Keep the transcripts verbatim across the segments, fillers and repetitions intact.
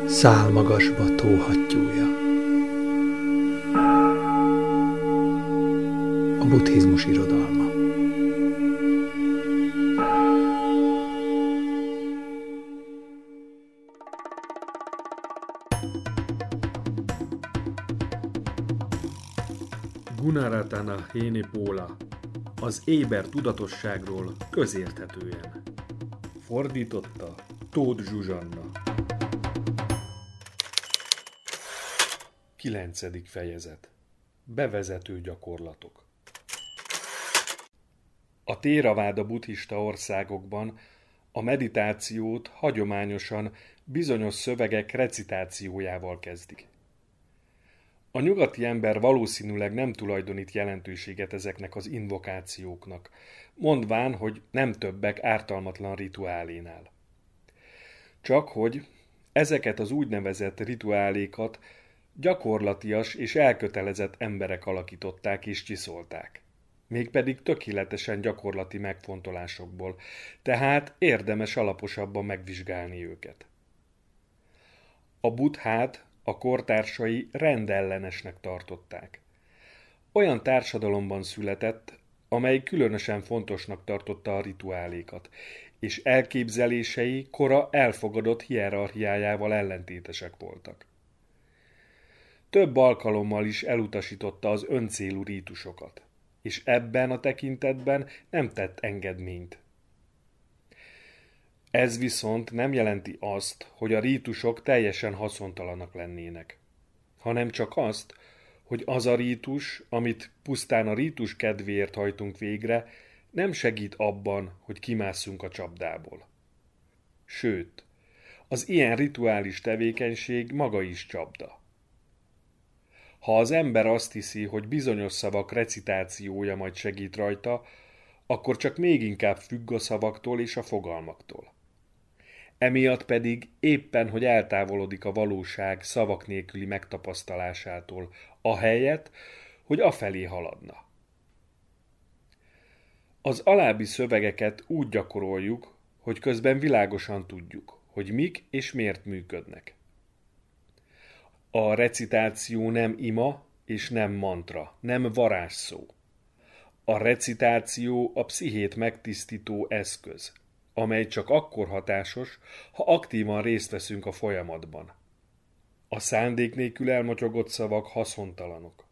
Száll magasba tóhattyúja. A buddhizmus irodalma. Gunaratana Hénipola, az éber tudatosságról közérthetően. Fordította Tóth Zsuzsanna. Kilencedik fejezet. Bevezető gyakorlatok. A Théraváda buddhista országokban a meditációt hagyományosan bizonyos szövegek recitációjával kezdik. A nyugati ember valószínűleg nem tulajdonít jelentőséget ezeknek az invokációknak, mondván, hogy nem többek ártalmatlan rituálénál. Csak hogy ezeket az úgynevezett rituálékat gyakorlatias és elkötelezett emberek alakították és csiszolták. Mégpedig tökéletesen gyakorlati megfontolásokból, tehát érdemes alaposabban megvizsgálni őket. A Buddhát a kortársai rendellenesnek tartották. Olyan társadalomban született, amely különösen fontosnak tartotta a rituálékat, és elképzelései kora elfogadott hierarchiájával ellentétesek voltak. Több alkalommal is elutasította az öncélú rítusokat, és ebben a tekintetben nem tett engedményt. Ez viszont nem jelenti azt, hogy a rítusok teljesen haszontalanak lennének, hanem csak azt, hogy az a rítus, amit pusztán a rítus kedvéért hajtunk végre, nem segít abban, hogy kimásszunk a csapdából. Sőt, az ilyen rituális tevékenység maga is csapda. Ha az ember azt hiszi, hogy bizonyos szavak recitációja majd segít rajta, akkor csak még inkább függ a szavaktól és a fogalmaktól. Emiatt pedig éppen, hogy eltávolodik a valóság szavak nélküli megtapasztalásától, ahelyett, hogy afelé haladna. Az alábbi szövegeket úgy gyakoroljuk, hogy közben világosan tudjuk, hogy mik és miért működnek. A recitáció nem ima és nem mantra, nem varázsszó. A recitáció a pszichét megtisztító eszköz, amely csak akkor hatásos, ha aktívan részt veszünk a folyamatban. A szándék nélkül elmotyogott szavak haszontalanok.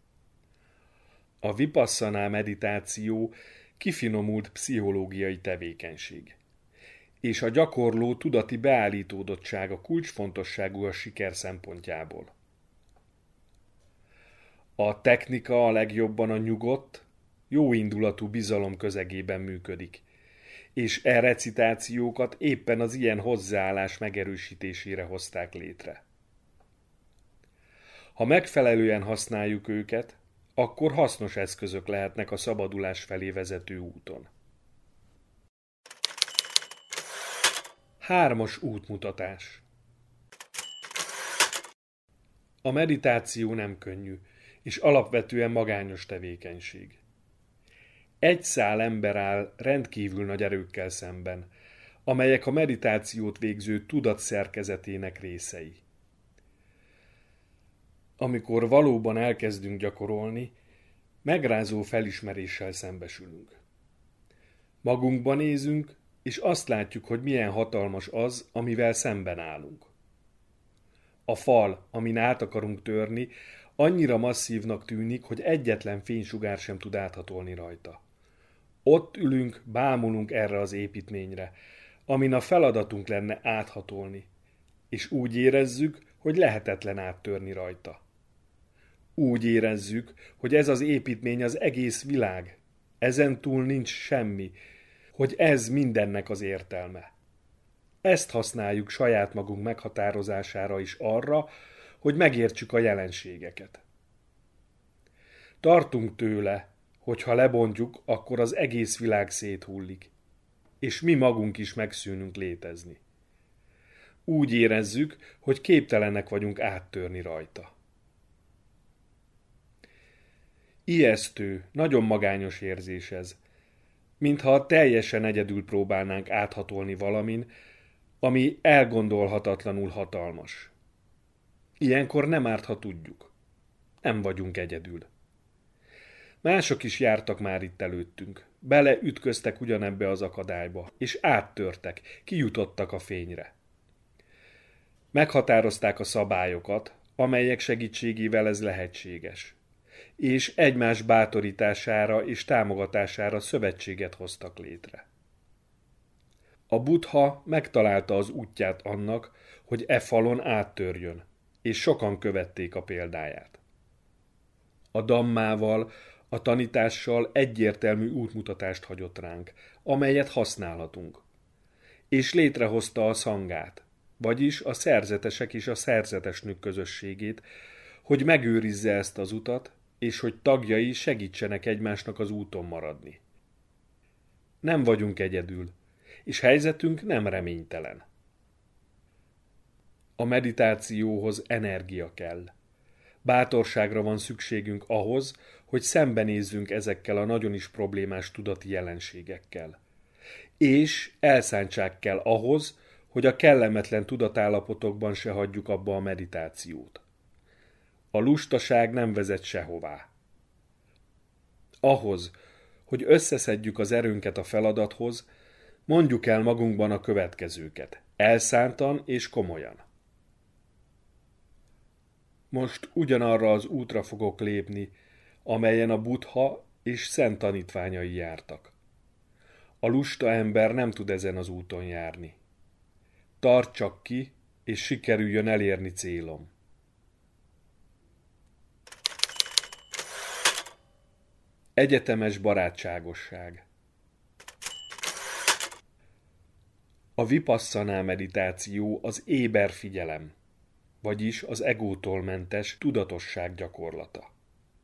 A vipasszana meditáció kifinomult pszichológiai tevékenység, és a gyakorló tudati beállítódottsága kulcsfontosságú a siker szempontjából. A technika a legjobban a nyugodt, jóindulatú bizalom közegében működik, és e recitációkat éppen az ilyen hozzáállás megerősítésére hozták létre. Ha megfelelően használjuk őket, akkor hasznos eszközök lehetnek a szabadulás felé vezető úton. Hármas útmutatás. A meditáció nem könnyű, és alapvetően magányos tevékenység. Egy szál ember áll rendkívül nagy erőkkel szemben, amelyek a meditációt végző tudat szerkezetének részei. Amikor valóban elkezdünk gyakorolni, megrázó felismeréssel szembesülünk. Magunkba nézünk, és azt látjuk, hogy milyen hatalmas az, amivel szemben állunk. A fal, amin át akarunk törni, annyira masszívnak tűnik, hogy egyetlen fénysugár sem tud áthatolni rajta. Ott ülünk, bámulunk erre az építményre, amin a feladatunk lenne áthatolni, és úgy érezzük, hogy lehetetlen áttörni rajta. Úgy érezzük, hogy ez az építmény az egész világ, ezen túl nincs semmi, hogy ez mindennek az értelme. Ezt használjuk saját magunk meghatározására is arra, hogy megértsük a jelenségeket. Tartunk tőle, hogy ha lebontjuk, akkor az egész világ széthullik, és mi magunk is megszűnünk létezni. Úgy érezzük, hogy képtelenek vagyunk áttörni rajta. Ijesztő, nagyon magányos érzés ez, mintha teljesen egyedül próbálnánk áthatolni valamin, ami elgondolhatatlanul hatalmas. Ilyenkor nem árt, ha tudjuk. Nem vagyunk egyedül. Mások is jártak már itt előttünk. Beleütköztek ugyanebbe az akadályba, és áttörtek, kijutottak a fényre. Meghatározták a szabályokat, amelyek segítségével ez lehetséges, és egymás bátorítására és támogatására szövetséget hoztak létre. A Buddha megtalálta az útját annak, hogy e falon áttörjön, és sokan követték a példáját. A dammával, a tanítással egyértelmű útmutatást hagyott ránk, amelyet használhatunk, és létrehozta a szangát, vagyis a szerzetesek és a szerzetesnők közösségét, hogy megőrizze ezt az utat, és hogy tagjai segítsenek egymásnak az úton maradni. Nem vagyunk egyedül, és helyzetünk nem reménytelen. A meditációhoz energia kell. Bátorságra van szükségünk ahhoz, hogy szembenézzünk ezekkel a nagyon is problémás tudati jelenségekkel. És elszántság kell ahhoz, hogy a kellemetlen tudatállapotokban se hagyjuk abba a meditációt. A lustaság nem vezet sehová. Ahhoz, hogy összeszedjük az erőnket a feladathoz, mondjuk el magunkban a következőket, elszántan és komolyan. Most ugyanarra az útra fogok lépni, amelyen a Buddha és szent tanítványai jártak. A lusta ember nem tud ezen az úton járni. Tart csak ki, és sikerüljön elérni célom. Egyetemes barátságosság. A vipasszana meditáció az éber figyelem, vagyis az egótól mentes tudatosság gyakorlata.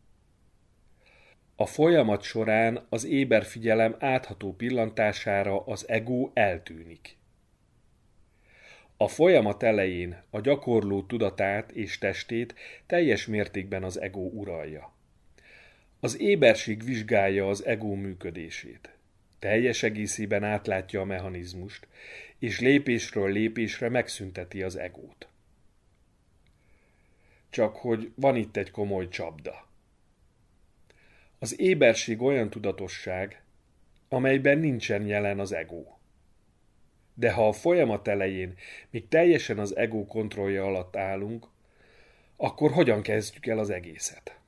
A folyamat során az éber figyelem átható pillantására az ego eltűnik. A folyamat elején a gyakorló tudatát és testét teljes mértékben az ego uralja. Az éberség vizsgálja az ego működését. Teljes egészében átlátja a mechanizmust, és lépésről lépésre megszünteti az egót. Csak hogy van itt egy komoly csapda. Az éberség olyan tudatosság, amelyben nincsen jelen az ego. De ha a folyamat elején még teljesen az ego kontrollja alatt állunk, akkor hogyan kezdjük el az egészet?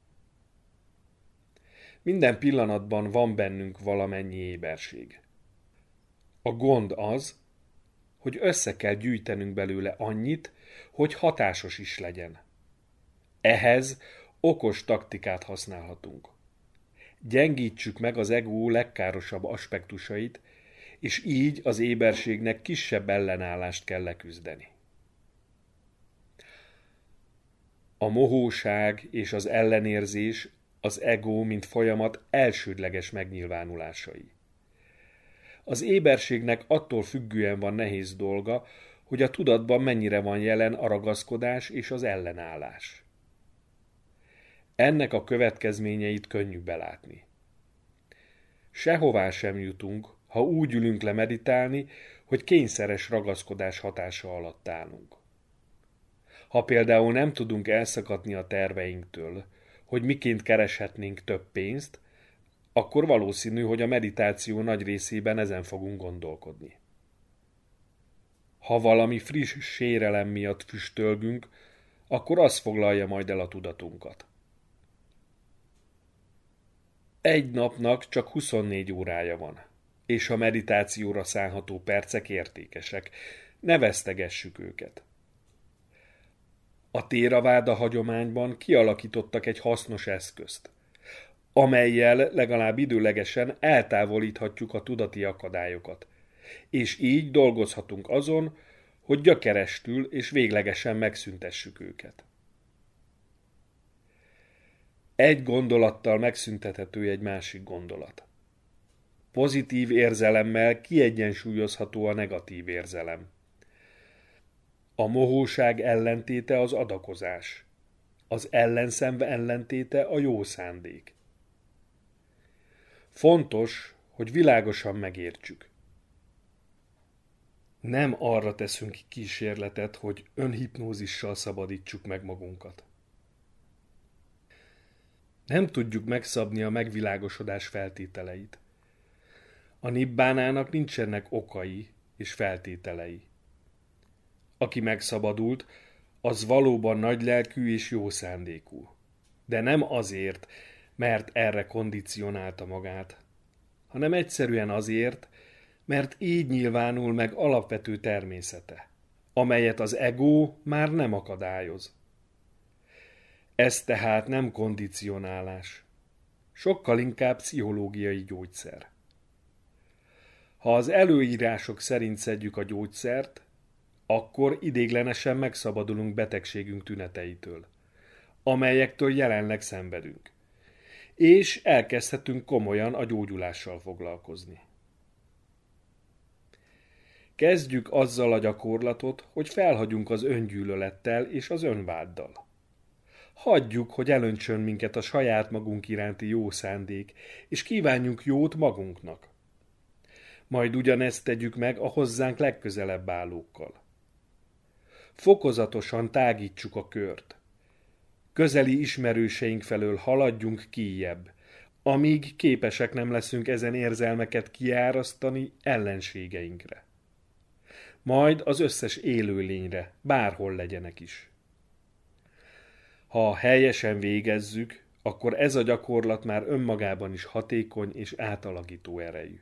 Minden pillanatban van bennünk valamennyi éberség. A gond az, hogy össze kell gyűjtenünk belőle annyit, hogy hatásos is legyen. Ehhez okos taktikát használhatunk. Gyengítsük meg az ego legkárosabb aspektusait, és így az éberségnek kisebb ellenállást kell leküzdeni. A mohóság és az ellenérzés az ego, mint folyamat elsődleges megnyilvánulásai. Az éberségnek attól függően van nehéz dolga, hogy a tudatban mennyire van jelen a ragaszkodás és az ellenállás. Ennek a következményeit könnyű belátni. Sehová sem jutunk, ha úgy ülünk le meditálni, hogy kényszeres ragaszkodás hatása alatt állunk. Ha például nem tudunk elszakadni a terveinktől, hogy miként kereshetnénk több pénzt, akkor valószínű, hogy a meditáció nagy részében ezen fogunk gondolkodni. Ha valami friss sérelem miatt füstölgünk, akkor az foglalja majd el a tudatunkat. Egy napnak csak huszonnégy órája van, és a meditációra szánható percek értékesek, ne vesztegessük őket. A Théraváda hagyományban kialakítottak egy hasznos eszközt, amellyel legalább időlegesen eltávolíthatjuk a tudati akadályokat, és így dolgozhatunk azon, hogy gyökerestül és véglegesen megszüntessük őket. Egy gondolattal megszüntethető egy másik gondolat. Pozitív érzelemmel kiegyensúlyozható a negatív érzelem. A mohóság ellentéte az adakozás, az ellenszenv ellentéte a jó szándék. Fontos, hogy világosan megértsük. Nem arra teszünk kísérletet, hogy önhipnózissal szabadítsuk meg magunkat. Nem tudjuk megszabni a megvilágosodás feltételeit. A nibbánának nincsenek okai és feltételei. Aki megszabadult, az valóban nagylelkű és jó szándékú. De nem azért, mert erre kondicionálta magát, hanem egyszerűen azért, mert így nyilvánul meg alapvető természete, amelyet az ego már nem akadályoz. Ez tehát nem kondicionálás, sokkal inkább pszichológiai gyógyszer. Ha az előírások szerint szedjük a gyógyszert, akkor idéglenesen megszabadulunk betegségünk tüneteitől, amelyektől jelenleg szenvedünk, és elkezdhetünk komolyan a gyógyulással foglalkozni. Kezdjük azzal a gyakorlatot, hogy felhagyunk az öngyűlölettel és az önváddal. Hagyjuk, hogy elöntsön minket a saját magunk iránti jó szándék, és kívánjunk jót magunknak. Majd ugyanezt tegyük meg a hozzánk legközelebb állókkal. Fokozatosan tágítsuk a kört. Közeli ismerőseink felől haladjunk kijjebb, amíg képesek nem leszünk ezen érzelmeket kiárasztani ellenségeinkre. Majd az összes élőlényre, bárhol legyenek is. Ha helyesen végezzük, akkor ez a gyakorlat már önmagában is hatékony és átalakító erejű.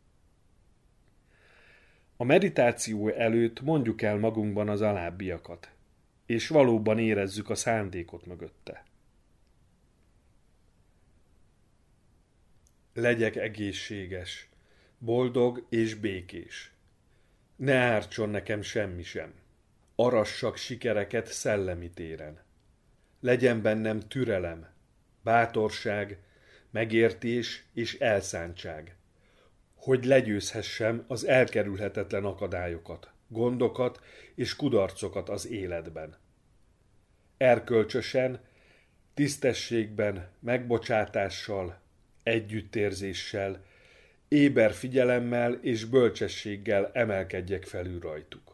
A meditáció előtt mondjuk el magunkban az alábbiakat, és valóban érezzük a szándékot mögötte. Legyek egészséges, boldog és békés. Ne ártson nekem semmi sem. Arassak sikereket szellemi téren. Legyen bennem türelem, bátorság, megértés és elszántság, hogy legyőzhessem az elkerülhetetlen akadályokat, gondokat és kudarcokat az életben. Erkölcsösen, tisztességben, megbocsátással, együttérzéssel, éber figyelemmel és bölcsességgel emelkedjek felül rajtuk.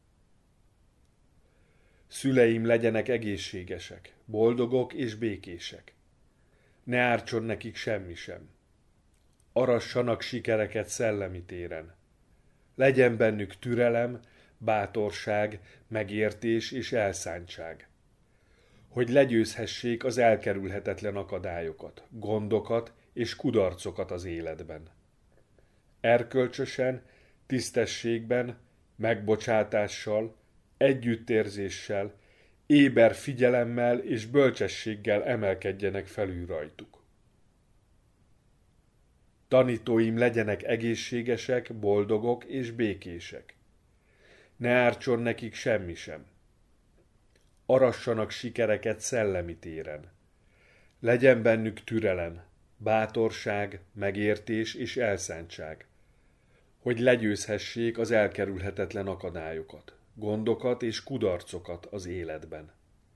Szüleim legyenek egészségesek, boldogok és békések. Ne ártson nekik semmi sem. Arassanak sikereket szellemi téren. Legyen bennük türelem, bátorság, megértés és elszántság, hogy legyőzhessék az elkerülhetetlen akadályokat, gondokat és kudarcokat az életben. Erkölcsösen, tisztességben, megbocsátással, együttérzéssel, éber figyelemmel és bölcsességgel emelkedjenek felül rajtuk. Tanítóim legyenek egészségesek, boldogok és békések. Ne ártson nekik semmi sem. Arassanak sikereket szellemi téren. Legyen bennük türelem, bátorság, megértés és elszántság, hogy legyőzhessék az elkerülhetetlen akadályokat, gondokat és kudarcokat az életben.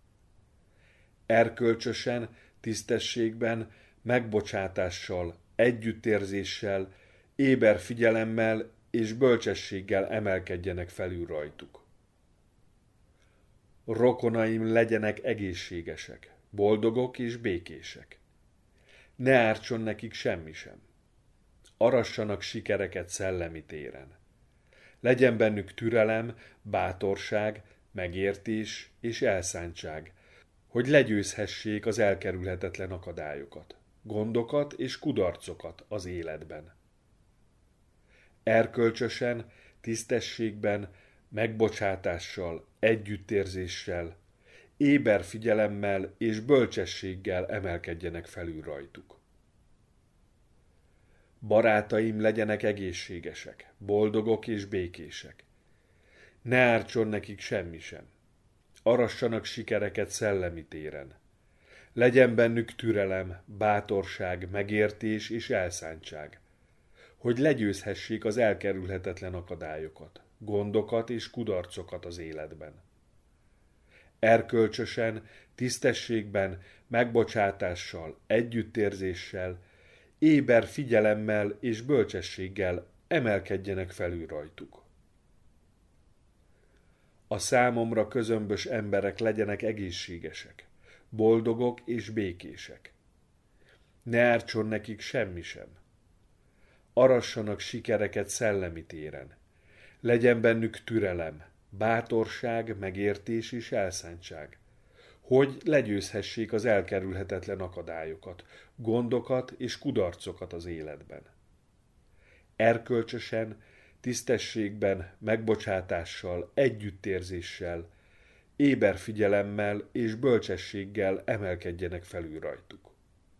Erkölcsösen, tisztességben, megbocsátással, együttérzéssel, éber figyelemmel és bölcsességgel emelkedjenek felül rajtuk. Rokonaim legyenek egészségesek, boldogok és békések. Ne ártson nekik semmi sem. Arassanak sikereket szellemi téren. Legyen bennük türelem, bátorság, megértés és elszántság, hogy legyőzhessék az elkerülhetetlen akadályokat, gondokat és kudarcokat az életben. Erkölcsösen, tisztességben, megbocsátással, együttérzéssel, éber figyelemmel és bölcsességgel emelkedjenek felül rajtuk. Barátaim legyenek egészségesek, boldogok és békések. Ne ártson nekik semmi sem. Arassanak sikereket szellemi téren. Legyen bennük türelem, bátorság, megértés és elszántság, hogy legyőzhessék az elkerülhetetlen akadályokat, gondokat és kudarcokat az életben. Erkölcsösen, tisztességben, megbocsátással, együttérzéssel, éber figyelemmel és bölcsességgel emelkedjenek felül rajtuk. A számomra közömbös emberek legyenek egészségesek, boldogok és békések. Ne ártson nekik semmi sem. Arassanak sikereket szellemi téren. Legyen bennük türelem, bátorság, megértés és elszántság, hogy legyőzhessék az elkerülhetetlen akadályokat, gondokat és kudarcokat az életben. Erkölcsösen, tisztességben, megbocsátással, együttérzéssel, éber figyelemmel és bölcsességgel emelkedjenek felül rajtuk.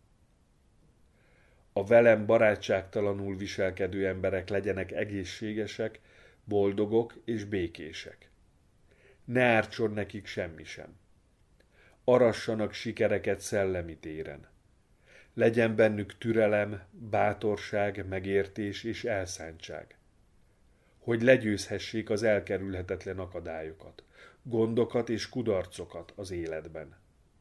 A velem barátságtalanul viselkedő emberek legyenek egészségesek, boldogok és békések. Ne ártson nekik semmi sem. Arassanak sikereket szellemi téren. Legyen bennük türelem, bátorság, megértés és elszántság, hogy legyőzhessék az elkerülhetetlen akadályokat, gondokat és kudarcokat az életben.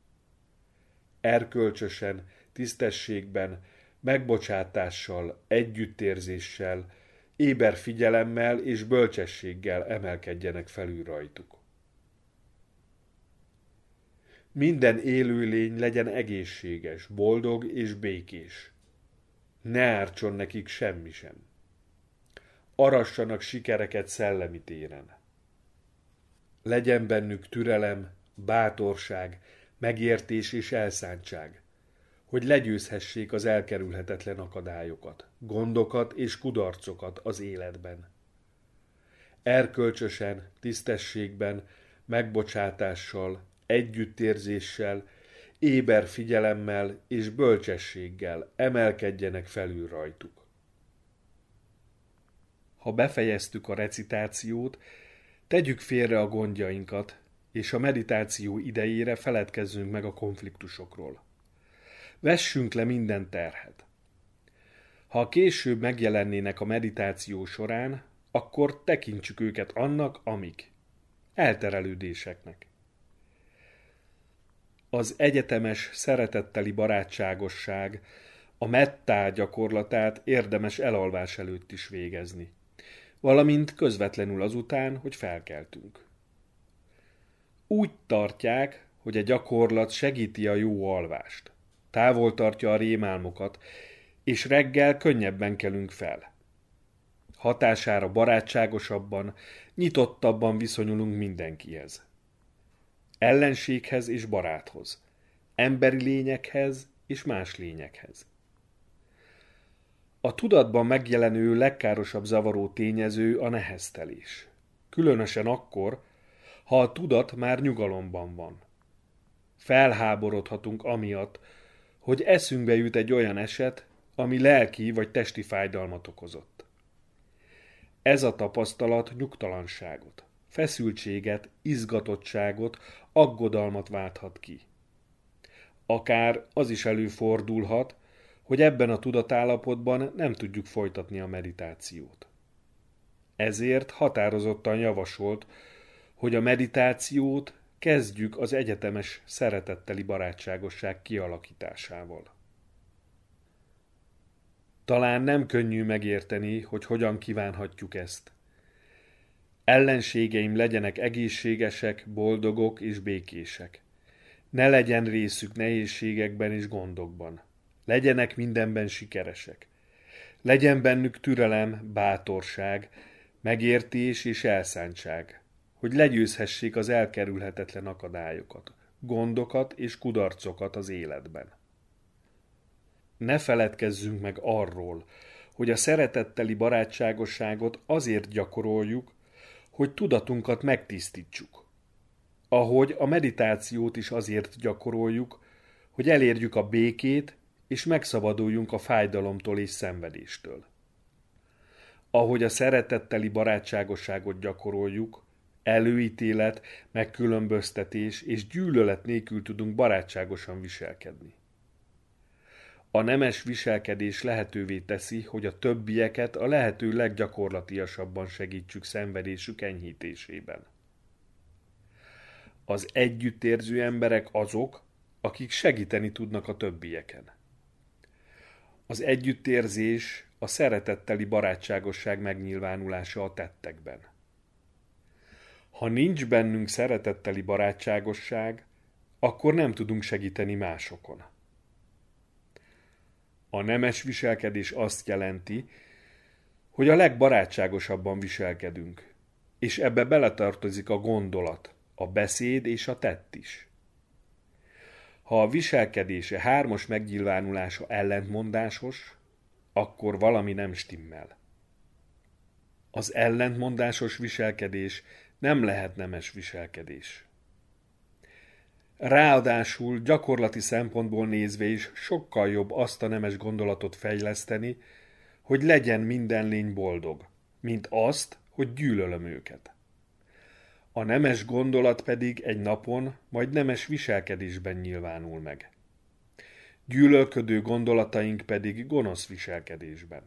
Erkölcsösen, tisztességben, megbocsátással, együttérzéssel, éber figyelemmel és bölcsességgel emelkedjenek felül rajtuk. Minden élőlény legyen egészséges, boldog és békés. Ne ártson nekik semmi sem. Arassanak sikereket szellemi téren. Legyen bennük türelem, bátorság, megértés és elszántság, hogy legyőzhessék az elkerülhetetlen akadályokat, gondokat és kudarcokat az életben. Erkölcsösen, tisztességben, megbocsátással, együttérzéssel, éber figyelemmel és bölcsességgel emelkedjenek felül rajtuk. Ha befejeztük a recitációt, tegyük félre a gondjainkat, és a meditáció idejére feledkezzünk meg a konfliktusokról. Vessünk le minden terhet. Ha később megjelennének a meditáció során, akkor tekintsük őket annak, amik elterelődéseknek. Az egyetemes, szeretetteli barátságosság, a mettá gyakorlatát érdemes elalvás előtt is végezni, valamint közvetlenül azután, hogy felkeltünk. Úgy tartják, hogy a gyakorlat segíti a jó alvást, távol tartja a rémálmokat, és reggel könnyebben kelünk fel. Hatására barátságosabban, nyitottabban viszonyulunk mindenkihez. Ellenséghez és baráthoz, emberi lényekhez és más lényekhez. A tudatban megjelenő legkárosabb zavaró tényező a neheztelés. Különösen akkor, ha a tudat már nyugalomban van. Felháborodhatunk amiatt, hogy eszünkbe jut egy olyan eset, ami lelki vagy testi fájdalmat okozott. Ez a tapasztalat nyugtalanságot, feszültséget, izgatottságot, aggodalmat válthat ki. Akár az is előfordulhat, hogy ebben a tudatállapotban nem tudjuk folytatni a meditációt. Ezért határozottan javasolt, hogy a meditációt kezdjük az egyetemes szeretetteli barátságosság kialakításával. Talán nem könnyű megérteni, hogy hogyan kívánhatjuk ezt. Ellenségeim legyenek egészségesek, boldogok és békések. Ne legyen részük nehézségekben és gondokban. Legyenek mindenben sikeresek. Legyen bennük türelem, bátorság, megértés és elszántság, hogy legyőzhessék az elkerülhetetlen akadályokat, gondokat és kudarcokat az életben. Ne feledkezzünk meg arról, hogy a szeretetteli barátságosságot azért gyakoroljuk, hogy tudatunkat megtisztítsuk. Ahogy a meditációt is azért gyakoroljuk, hogy elérjük a békét, és megszabaduljunk a fájdalomtól és szenvedéstől. Ahogy a szeretetteli barátságosságot gyakoroljuk, előítélet, megkülönböztetés és gyűlölet nélkül tudunk barátságosan viselkedni. A nemes viselkedés lehetővé teszi, hogy a többieket a lehető leggyakorlatiasabban segítsük szenvedésük enyhítésében. Az együttérző emberek azok, akik segíteni tudnak a többieken. Az együttérzés a szeretetteli barátságosság megnyilvánulása a tettekben. Ha nincs bennünk szeretetteli barátságosság, akkor nem tudunk segíteni másokon. A nemes viselkedés azt jelenti, hogy a legbarátságosabban viselkedünk, és ebbe beletartozik a gondolat, a beszéd és a tett is. Ha a viselkedése hármas megnyilvánulása ellentmondásos, akkor valami nem stimmel. Az ellentmondásos viselkedés nem lehet nemes viselkedés. Ráadásul gyakorlati szempontból nézve is sokkal jobb azt a nemes gondolatot fejleszteni, hogy legyen minden lény boldog, mint azt, hogy gyűlölöm őket. A nemes gondolat pedig egy napon, majd nemes viselkedésben nyilvánul meg. Gyűlölködő gondolataink pedig gonosz viselkedésben.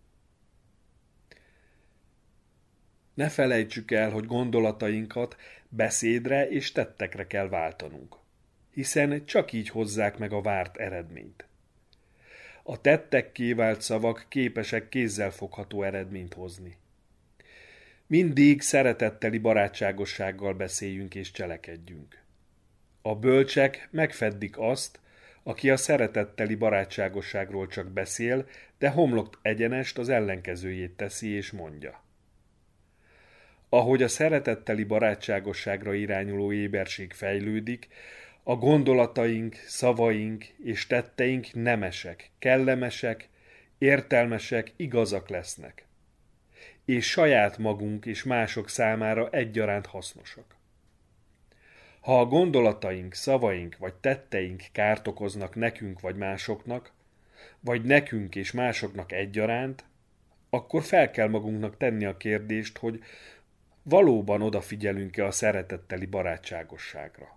Ne felejtsük el, hogy gondolatainkat beszédre és tettekre kell váltanunk, hiszen csak így hozzák meg a várt eredményt. A tettekké vált szavak képesek kézzelfogható eredményt hozni. Mindig szeretetteli barátságossággal beszéljünk és cselekedjünk. A bölcsek megfeddik azt, aki a szeretetteli barátságosságról csak beszél, de homlok egyenest az ellenkezőjét teszi és mondja. Ahogy a szeretetteli barátságosságra irányuló éberség fejlődik, a gondolataink, szavaink és tetteink nemesek, kellemesek, értelmesek, igazak lesznek, és saját magunk és mások számára egyaránt hasznosak. Ha a gondolataink, szavaink vagy tetteink kárt okoznak nekünk vagy másoknak, vagy nekünk és másoknak egyaránt, akkor fel kell magunknak tenni a kérdést, hogy valóban odafigyelünk-e a szeretetteli barátságosságra.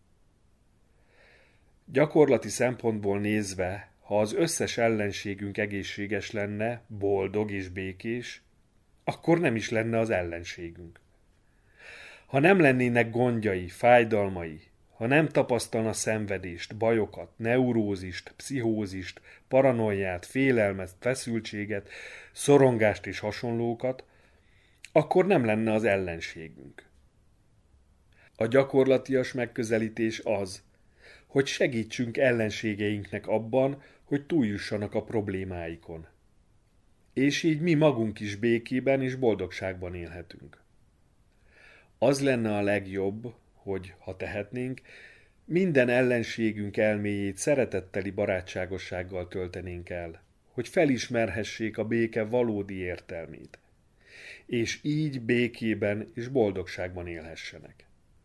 Gyakorlati szempontból nézve, ha az összes ellenségünk egészséges lenne, boldog és békés, akkor nem is lenne az ellenségünk. Ha nem lennének gondjai, fájdalmai, ha nem tapasztalna szenvedést, bajokat, neurózist, pszichózist, paranoiát, félelmet, feszültséget, szorongást és hasonlókat, akkor nem lenne az ellenségünk. A gyakorlatias megközelítés az, hogy segítsünk ellenségeinknek abban, hogy túljussanak a problémáikon. És így mi magunk is békében és boldogságban élhetünk. Az lenne a legjobb, hogy, ha tehetnénk, minden ellenségünk elméjét szeretetteli barátságossággal töltenénk el, hogy felismerhessék a béke valódi értelmét, és így békében és boldogságban élhessenek.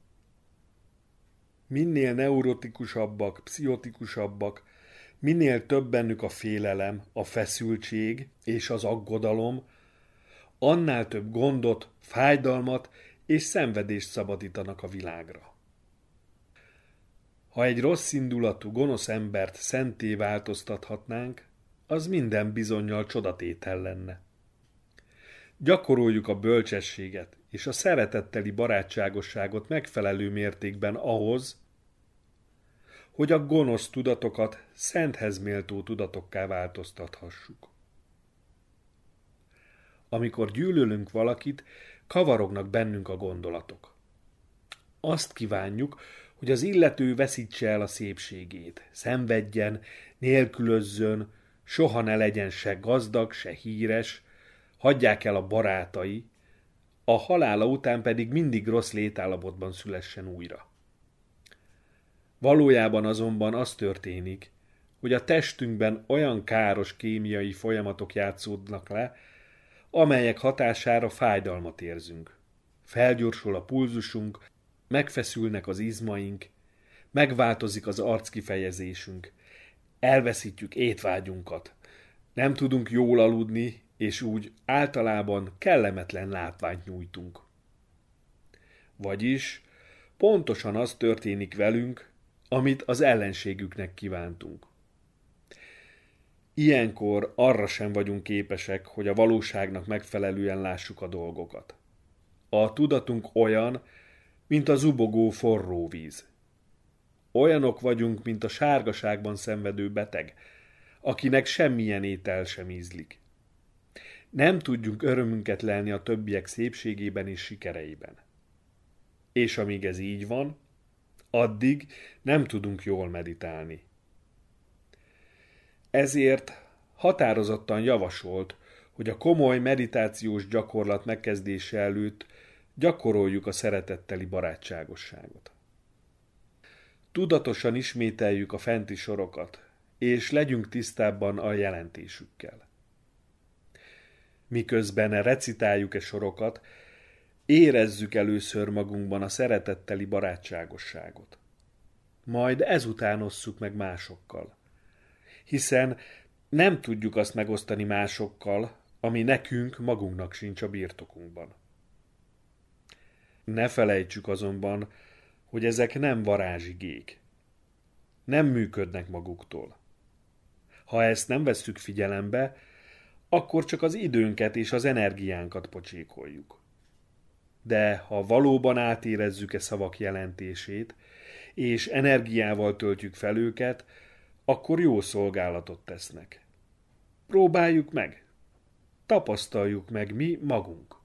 Minél neurotikusabbak, pszichotikusabbak, minél több bennük a félelem, a feszültség és az aggodalom, annál több gondot, fájdalmat és szenvedést szabadítanak a világra. Ha egy rosszindulatú, gonosz embert szentté változtathatnánk, az minden bizonnyal csodatétel lenne. Gyakoroljuk a bölcsességet és a szeretetteli barátságosságot megfelelő mértékben ahhoz, hogy a gonosz tudatokat szenthez méltó tudatokká változtathassuk. Amikor gyűlölünk valakit, kavarognak bennünk a gondolatok. Azt kívánjuk, hogy az illető veszítse el a szépségét, szenvedjen, nélkülözzön, soha ne legyen se gazdag, se híres, hagyják el a barátai, a halála után pedig mindig rossz létállapotban szülessen újra. Valójában azonban az történik, hogy a testünkben olyan káros kémiai folyamatok játszódnak le, amelyek hatására fájdalmat érzünk. Felgyorsul a pulzusunk, megfeszülnek az izmaink, megváltozik az arckifejezésünk, elveszítjük étvágyunkat, nem tudunk jól aludni, és úgy általában kellemetlen látványt nyújtunk. Vagyis pontosan az történik velünk, amit az ellenségüknek kívántunk. Ilyenkor arra sem vagyunk képesek, hogy a valóságnak megfelelően lássuk a dolgokat. A tudatunk olyan, mint a zubogó forró víz. Olyanok vagyunk, mint a sárgaságban szenvedő beteg, akinek semmilyen étel sem ízlik. Nem tudjunk örömünket lelni a többiek szépségében és sikereiben. És amíg ez így van, addig nem tudunk jól meditálni. Ezért határozottan javasolt, hogy a komoly meditációs gyakorlat megkezdése előtt gyakoroljuk a szeretetteli barátságosságot. Tudatosan ismételjük a fenti sorokat, és legyünk tisztábban a jelentésükkel. Miközben recitáljuk e sorokat, érezzük először magunkban a szeretetteli barátságosságot. Majd ezután osszuk meg másokkal. Hiszen nem tudjuk azt megosztani másokkal, ami nekünk magunknak sincs a birtokunkban. Ne felejtsük azonban, hogy ezek nem varázsigék. Nem működnek maguktól. Ha ezt nem vesszük figyelembe, akkor csak az időnket és az energiánkat pocsékoljuk. De ha valóban átérezzük e szavak jelentését, és energiával töltjük fel őket, akkor jó szolgálatot tesznek. Próbáljuk meg, tapasztaljuk meg mi magunk.